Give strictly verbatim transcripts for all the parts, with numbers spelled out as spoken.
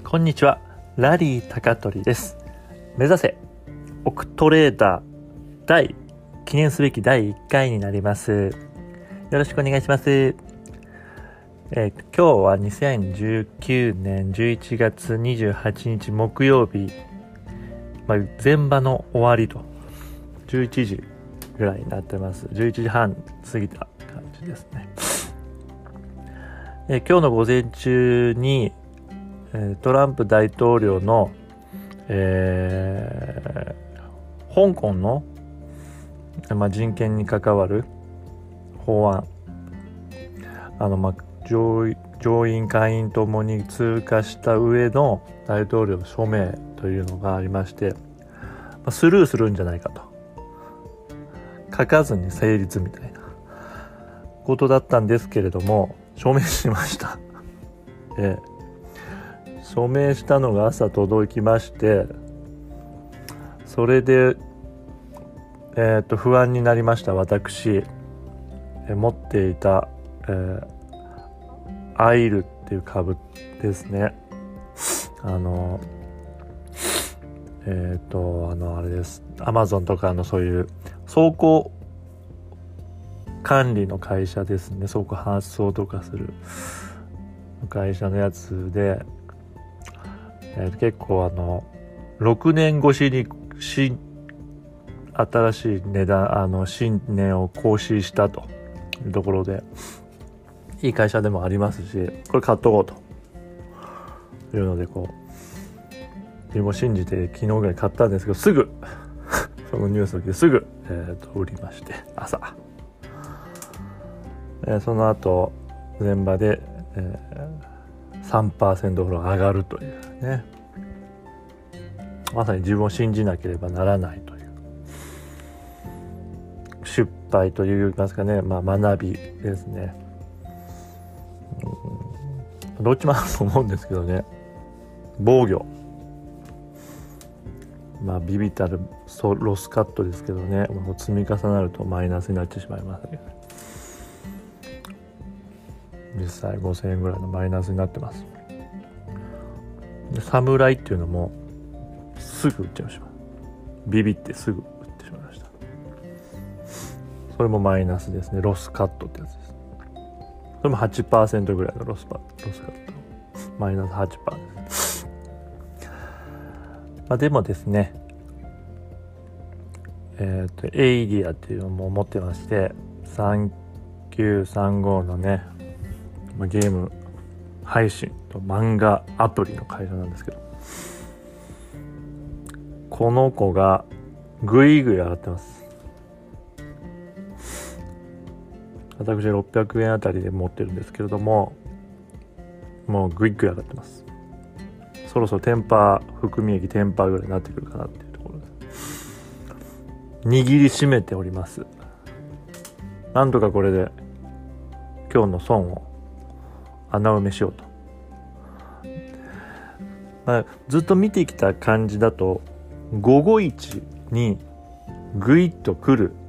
こんにちは、ラリー高取です。目指せオクトレーダー第記念すべきだいいっかいになります。よろしくお願いします。えー、今日はにせんじゅうきゅうねんじゅういちがつにじゅうはちにち木曜日、まあ、前場の終わりとじゅういちじぐらいになってます。じゅういちじはん過ぎた感じですね。えー、今日の午前中にトランプ大統領の、えー、香港の、まあ、人権に関わる法案、あの、まあ、上、上院下院ともに通過した上の大統領署名というのがありまして、まあ、スルーするんじゃないかと、書かずに成立みたいなことだったんですけれども、署名しました。えー署名したのが朝届きまして、それで、えー、と不安になりました。私、え持っていた、えー、アイルっていう株ですね。あのえっ、ー、とあのあれです。アマゾンとかのそういう倉庫管理の会社ですね。倉庫発送とかする会社のやつで。えー、結構あのろくねん越しに新新しい値段あの新年を更新したというところでいい会社でもありますし、これ買っとこうというのでこう自分も信じて昨日ぐらい買ったんですけど、すぐそのニュースを聞いてすぐ、えー、と売りまして、朝、えー、その後現場で、えーさんパーセント ほど上がるというね、まさに自分を信じなければならないという失敗といいますかね、まあ、学びですね。うん、どっちもあると思うんですけどね。防御、まあビビたるロスカットですけどね、もう積み重なるとマイナスになってしまいますけど、実際ごせんえんぐらいのマイナスになってます。で侍っていうのもすぐ売っちゃいました。ビビってすぐ売ってしまいました。それもマイナスですね。ロスカットってやつです。それも はちパーセント ぐらいのロスパロスカット、マイナス はちパーセント です。まあ、でもですね、えっとエイディアっていうのも持ってまして、さんきゅうさんごのね、ゲーム配信と漫画アプリの会社なんですけど、この子がぐいぐい上がってます。私ろっぴゃくえんあたりで持ってるんですけれども、もうぐいぐい上がってます。そろそろテンパー含み益テンパーぐらいになってくるかなっていうところです。握りしめております。なんとかこれで今日の損を穴埋めしようと、まあ、ずっと見てきた感じだとごごいちにグイッとくる、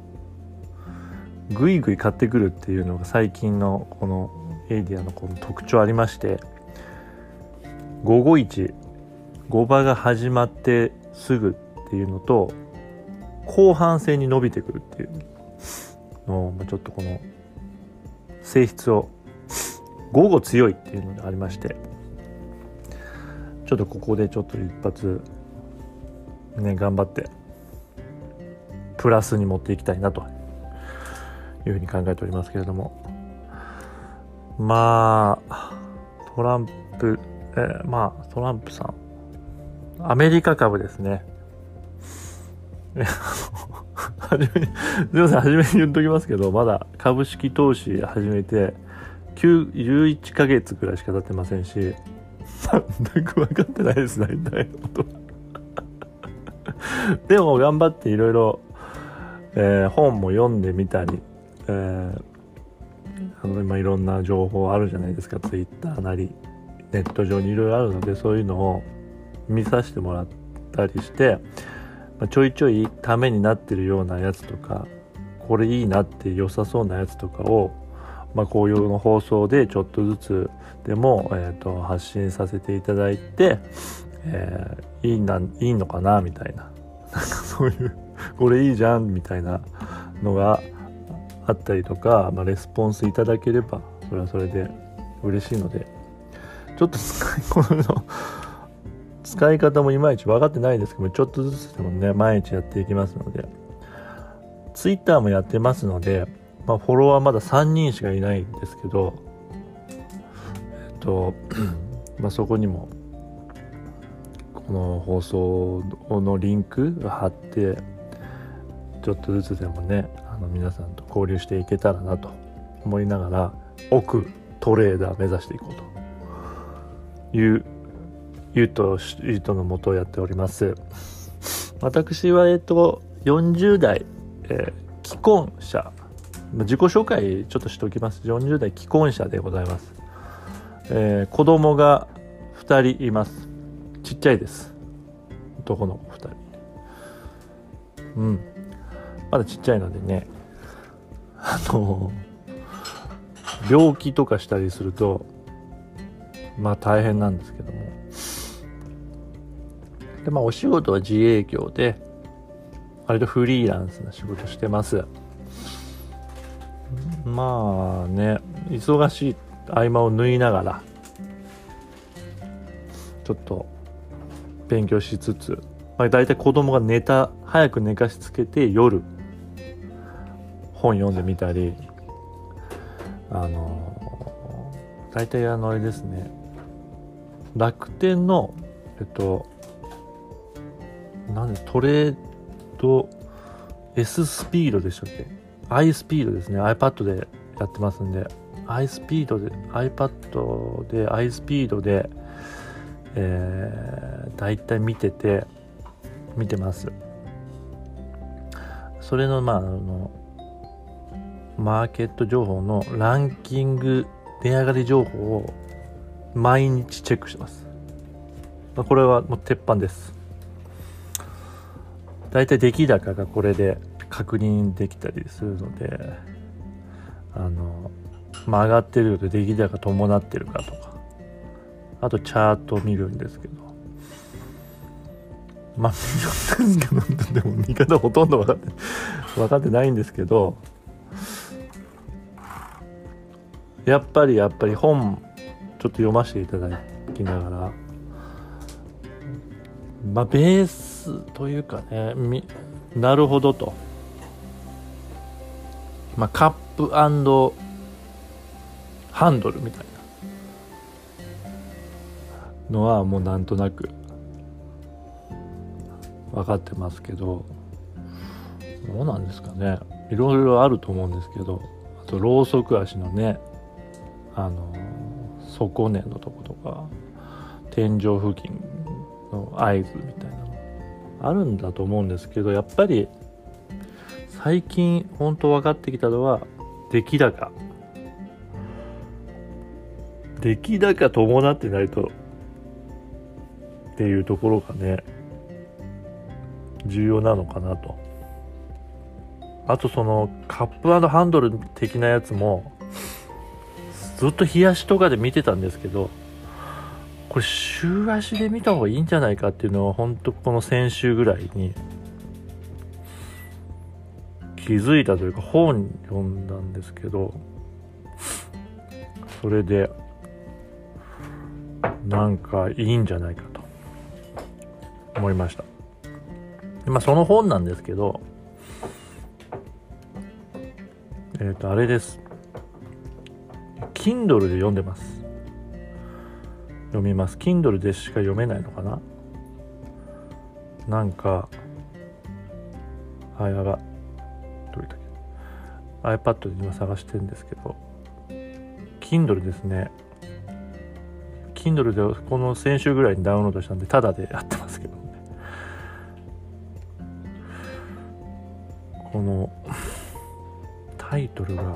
グイグイ買ってくるっていうのが最近のこのエイディアのこの特徴ありまして、ごごいち、ごばが始まってすぐっていうのと後半戦に伸びてくるっていうのをちょっとこの性質を午後強いっていうのがありまして、ちょっとここでちょっと一発ね頑張ってプラスに持っていきたいなというふうに考えておりますけれども、まあトランプ、えー、まあトランプさんアメリカ株ですね。はじめにすみません、初めに言っときますけど、まだ株式投資始めてじゅういっかげつくらいしか経ってませんし、全く分かってないです、大体のことでも頑張っていろいろ本も読んでみたり、えー、あの今いろんな情報あるじゃないですか。ツイッターなりネット上にいろいろあるので、そういうのを見させてもらったりして、まあ、ちょいちょいためになってるようなやつとか、これいいなって良さそうなやつとかをまあ、こういうの放送でちょっとずつでも、えー、と発信させていただいて、えー、いいな、いいのかなみたいな、なんかそういうこれいいじゃんみたいなのがあったりとか、まあ、レスポンスいただければそれはそれで嬉しいので、ちょっと使いこの使い方もいまいち分かってないですけど、ちょっとずつでもね毎日やっていきますので、ツイッターもやってますので、まあ、フォロワーまださんにんしかいないんですけど、えっとまあそこにもこの放送のリンクを貼って、ちょっとずつでもねあの皆さんと交流していけたらなと思いながら、億トレーダー目指していこうというゆうとゆうとのもとをやっております。私はえっとよんじゅう代、えー、既婚者、自己紹介ちょっとしておきます。よんじゅう代既婚者でございます。えー、子供がふたりいます。ちっちゃいです。男の子ふたり。うん。まだちっちゃいのでね、あのー、病気とかしたりするとまあ大変なんですけども、でまあお仕事は自営業で割とフリーランスな仕事してます。まあね、忙しい合間を縫いながらちょっと勉強しつつ、まあ、だいたい子供が寝た早く寝かしつけて夜本読んでみたり、あのだいたいあのあれですね、楽天のえっとなんでトレード S スピードでしたっけ、 I スピードですね。 iPad でやってますんで、 I スピードで iPad で I スピードで、えー、だいたい見てて見てます。それのまああのマーケット情報のランキング値上がり情報を毎日チェックしてます。これはもう鉄板です。だいたい出来高がこれで確認できたりするので、あの、まあ、上がってると出来高伴ってるかとか、あとチャート見るんですけど、まあ見るんですけど、でも見方ほとんど分かって分かってないんですけど、やっぱりやっぱり本ちょっと読ませていただきながら、まあベースというかね、みなるほどと、まあカップ&ハンドルみたいなのはもうなんとなく分かってますけど、どうなんですかね、いろいろあると思うんですけど、あとロウソク足のね、あの底根のとことか天井付近の合図みたいなのあるんだと思うんですけど、やっぱり最近本当分かってきたのは出来高出来高伴ってないとっていうところがね重要なのかなと。あとそのカップ&ハンドル的なやつもずっと日足とかで見てたんですけど、これ週足で見た方がいいんじゃないかっていうのは本当この先週ぐらいに気づいたというか、本読んだんですけど、それでなんかいいんじゃないかと思いました。まあその本なんですけど、えっとあれです、Kindle で読んでます。読みます。 Kindle でしか読めないのかな。なんかあやがどれだっけ iPad で今探してるんですけど、 Kindle ですね。 Kindle でこの先週ぐらいにダウンロードしたんでタダでやってますけどね。このタイトルが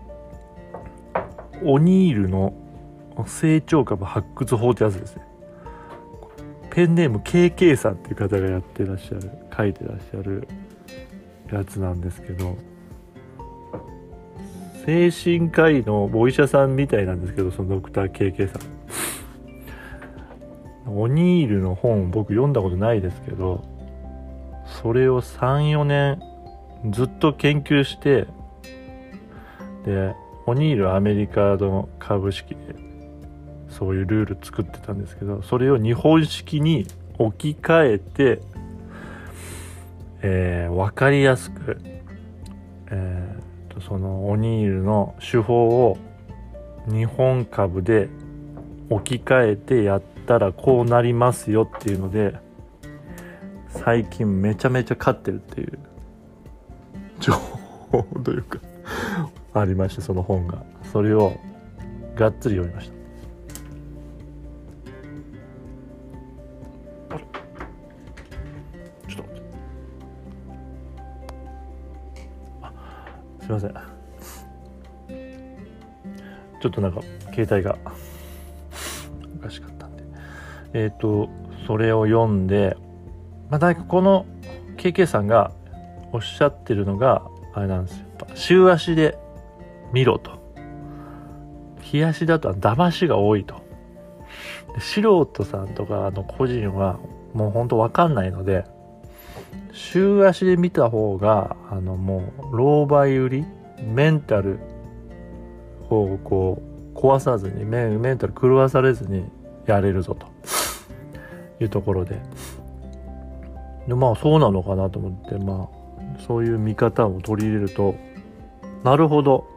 オニールの成長株発掘法ってやつですね。ペンネーム ケーケー さんっていう方がやってらっしゃる書いてらっしゃるやつなんですけど、 精神科医のお医者さんみたいなんですけど、そのドクター ケーケー さん、オニールの本僕読んだことないですけど、それを さん,よ 年ずっと研究して、でオニールはアメリカの株式でそういうルール作ってたんですけど、それを日本式に置き換えて、えー、分かりやすく、えー、とそのオニールの手法を日本株で置き換えてやったらこうなりますよっていうので、最近めちゃめちゃ勝ってるっていう情報というかありまして、その本が、それをがっつり読みました。あれちょっと待って、あ、すいません、ちょっとなんか携帯がおかしかったんで、えっとそれを読んで、まあ、だいぶこの ケーケー さんがおっしゃってるのがあれなんですよ。週足で見ろと。日足だと騙しが多いと。で素人さんとかの個人はもうほんと分かんないので、週足で見た方があのもう狼狽売り、メンタルをこう壊さずに、メン、メンタル狂わされずにやれるぞというところで、でまあそうなのかなと思って、まあそういう見方を取り入れると、なるほど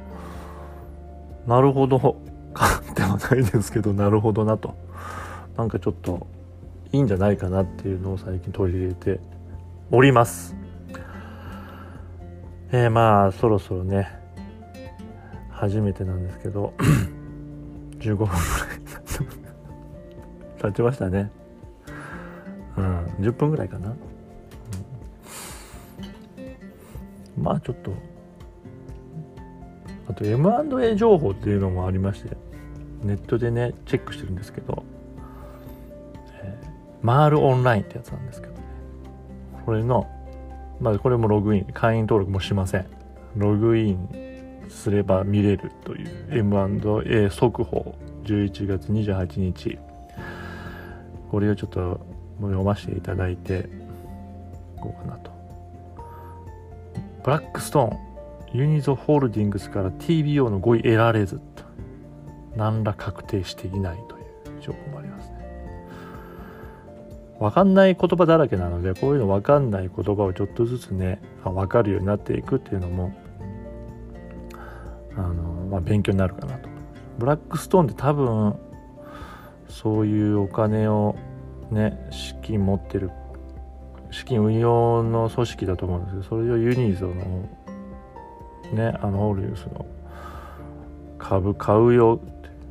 なるほどかではないですけど、なるほどなと、なんかちょっといいんじゃないかなっていうのを最近取り入れております。えー、まあそろそろね初めてなんですけどじゅうごふんぐらい経ちましたね。うん、じゅっぷんぐらいかな、うん、まあちょっとあと エムアンドエー 情報っていうのもありまして、ネットでねチェックしてるんですけど、えー、マールオンラインってやつなんですけどね、これのまあこれもログイン、会員登録もしません。ログインすれば見れるという エムアンドエー 速報、じゅういちがつにじゅうはちにち、これをちょっと読ませていただいていこうかなと。ブラックストーンユニゾホールディングスから ティービーオー の合意得られずと、何ら確定していないという情報もありますね。分かんない言葉だらけなので、こういうの分かんない言葉をちょっとずつね分かるようになっていくっていうのもあの、まあ、勉強になるかなと。ブラックストーンって多分そういうお金をね資金持ってる資金運用の組織だと思うんですけど、それをユニゾのねあのホールディングスの株買うよ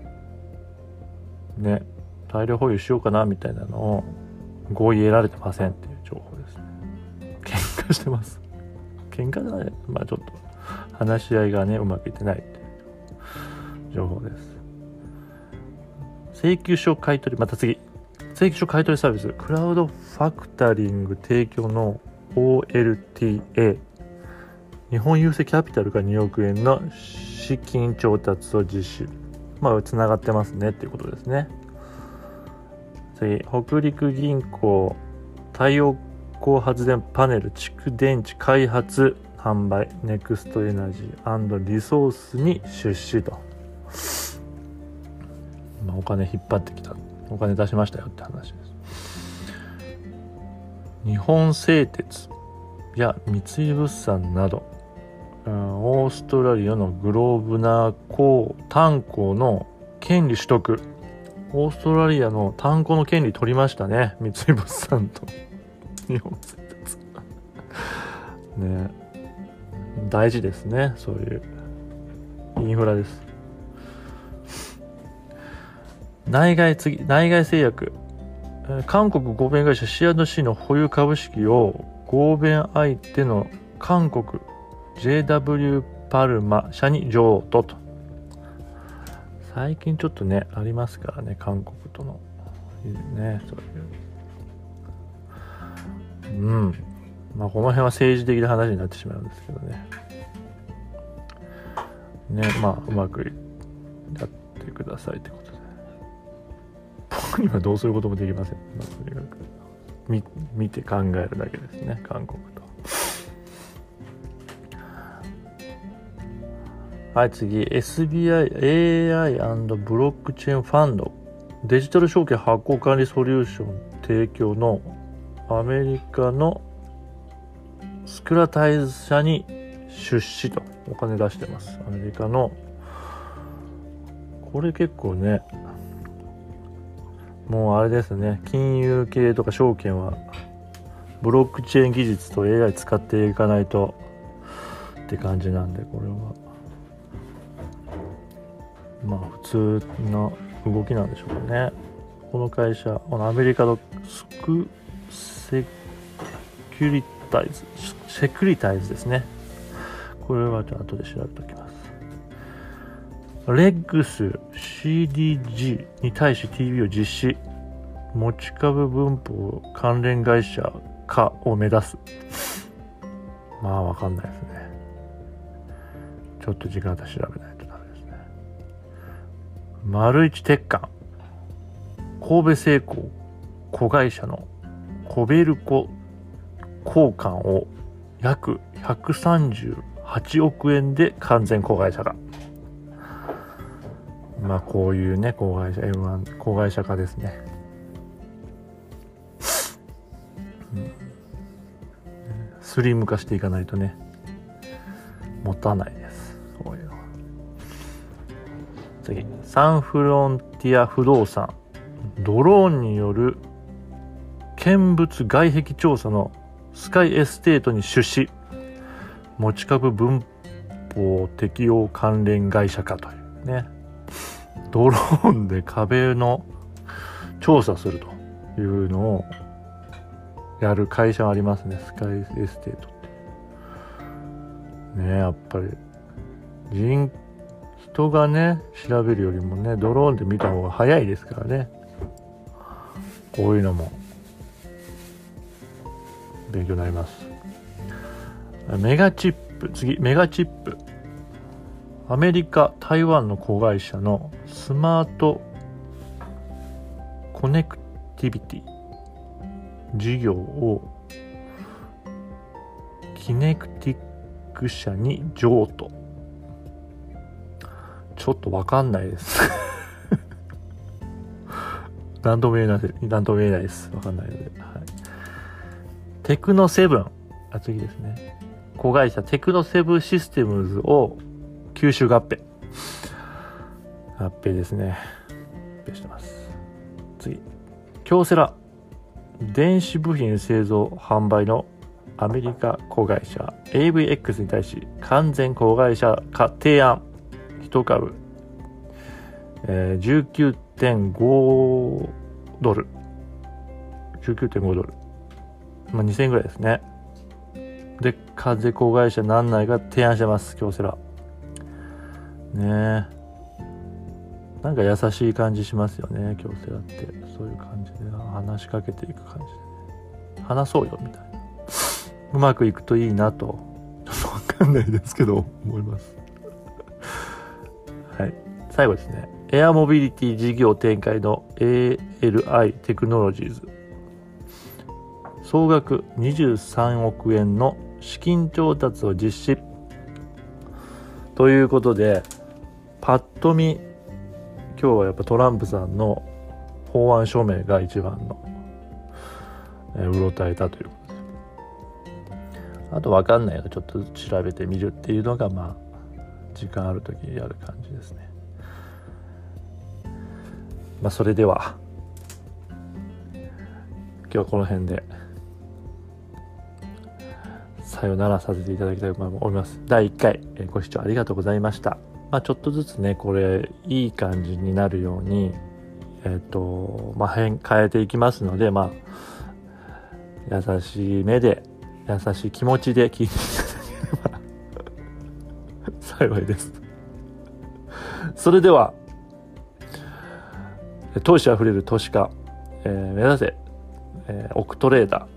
ってね、大量保有しようかなみたいなのを合意得られてませんっていう情報ですね。喧嘩してます。喧嘩じゃない、まあちょっと話し合いがねうまくいってないっていう情報です。請求書買取、また次請求書買取サービス、クラウドファクタリング提供の オーエルティーエー、 日本郵政キャピタルがにおくえんの資金調達を実施、まあつながってますねっていうことですね。次、北陸銀行太陽光発電パネル蓄電池開発販売ネクストエナジー&リソースに出資と、まあ、お金引っ張ってきた、お金出しましたよって話です。日本製鉄や三井物産など、うん、オーストラリアのグローブナー鉱炭鉱の権利取得、オーストラリアの炭鉱の権利取りましたね、三井物産と日本製鉄ね、大事ですね、そういうインフラです。内外次内外製薬、韓国合弁会社 シーアンドシー の保有株式を合弁相手の韓国 ジェイダブリュー パルマ社に譲渡と。最近ちょっとねありますからね、韓国とのね、そういう、うん、まあこの辺は政治的な話になってしまうんですけどね。 ね、まあうまくやってくださいってことで、僕にはどうすることもできません。まあ、とにかく 見, 見て考えるだけですね、韓国と。はい、次 エスビーアイ エーアイ& ブロックチェーンファンドデジタル証券発行管理ソリューション提供のアメリカのスクラタイズ社に出資とお金出してます。アメリカのこれ結構ね、もうあれですね、金融系とか証券はブロックチェーン技術と エーアイ 使っていかないとって感じなんで、これはまあ普通な動きなんでしょうかね。この会社、このアメリカのスクセキュリタイズセキュリタイズですね。これはちょっと後で調べておきます。レッグス シーディージー に対し ティービー を実施、持ち株分法関連会社化を目指す。まあわかんないですね。ちょっと時間あったら調べないとダメですね。丸一鉄管神戸製鋼子会社のコベルコ鋼管を約ひゃくさんじゅうはちおくえんで完全子会社化。まあこういうね、子会社 エムワン 子会社化ですね、うん、スリム化していかないとね持たないです。こういうの。次サンフロンティア不動産ドローンによる見物外壁調査のスカイエステートに出資、持ち株分法適用関連会社化というね、ドローンで壁の調査するというのをやる会社がありますね、スカイエステートってね。やっぱり人人がね調べるよりもねドローンで見た方が早いですからね。こういうのも勉強になります。メガチップ、次メガチップ、アメリカ台湾の子会社のスマートコネクティビティ事業をキネクティック社に譲渡。ちょっとわかんないです何とも言えないです。何とも言えないです。わかんないので、はい、テクノセブン、あ、次ですね、子会社テクノセブンシステムズを吸収合併合併ですね。合併してます。次京セラ電子部品製造販売のアメリカ子会社 エーブイエックス に対し完全子会社化提案、一株、えー、じゅうきゅうてんごドル じゅうきゅうてんごドル、まあ、にせんえんぐらいですね。で完全子会社なんないか提案してます、京セラね。えなんか優しい感じしますよね、京セラって。そういう感じで話しかけていく感じで、ね、話そうよみたいな、うまくいくといいなとちょっとわかんないですけど思いますはい、最後ですね、エアモビリティ事業展開の エーエルアイ テクノロジーズ、総額にじゅうさんおくえんの資金調達を実施ということで、パッと見今日はやっぱトランプさんの法案署名が一番のえー、うろたえたということです。あと分かんないのちょっと調べてみるっていうのが、まあ時間ある時にやる感じですね。まあそれでは今日はこの辺でさよならさせていただきたいと思います。だいいっかいご視聴ありがとうございました。まあちょっとずつねこれいい感じになるようにえっとまあ変変えていきますので、まあ優しい目で優しい気持ちで聞いていただければ幸いです。それでは投資あふれる投資家、えー、目指せ、えー、億トレーダー、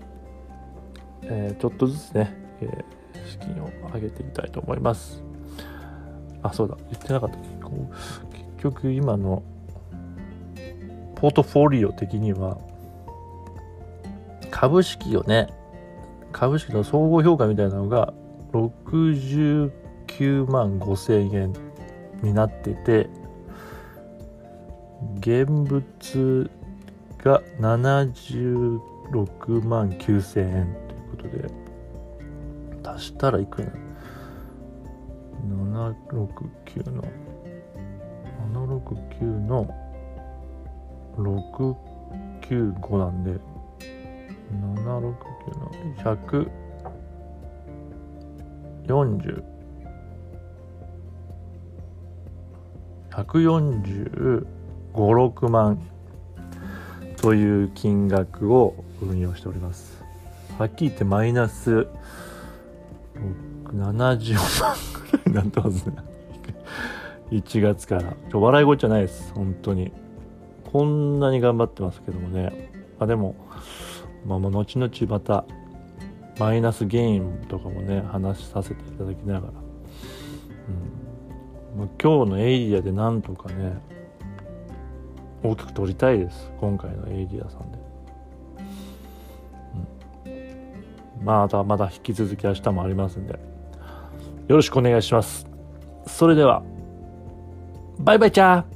えー、ちょっとずつね、えー、資金を上げていきたいと思います。 あ、そうだ、言ってなかった。こう結局今のポートフォリオ的には株式をね、株式の総合評価みたいなのがろくじゅうきゅうまんごせんえんになってて、現物がななじゅうろくまんきゅうせんえんということで、足したらいくらななひゃくろくじゅうきゅうのななひゃくろくじゅうきゅうのろくひゃくきゅうじゅうごなんで、ななひゃくろくじゅうきゅうのひゃくよんじゅう、ひゃくよんじゅうご、ろくまんという金額を運用しております。はっきり言ってマイナスななじゅうまんぐらいになってますね。いちがつから。ちょ笑い事じゃないです。本当に。こんなに頑張ってますけどもね。まあでも、まあもう後々またマイナスゲインとかもね、話させていただきながら。うんまあ、今日のエイリアでなんとかね、大きく取りたいです。今回のエイリアさんで。うん、またまだ引き続き明日もありますんで、よろしくお願いします。それでは、バイバイチャー。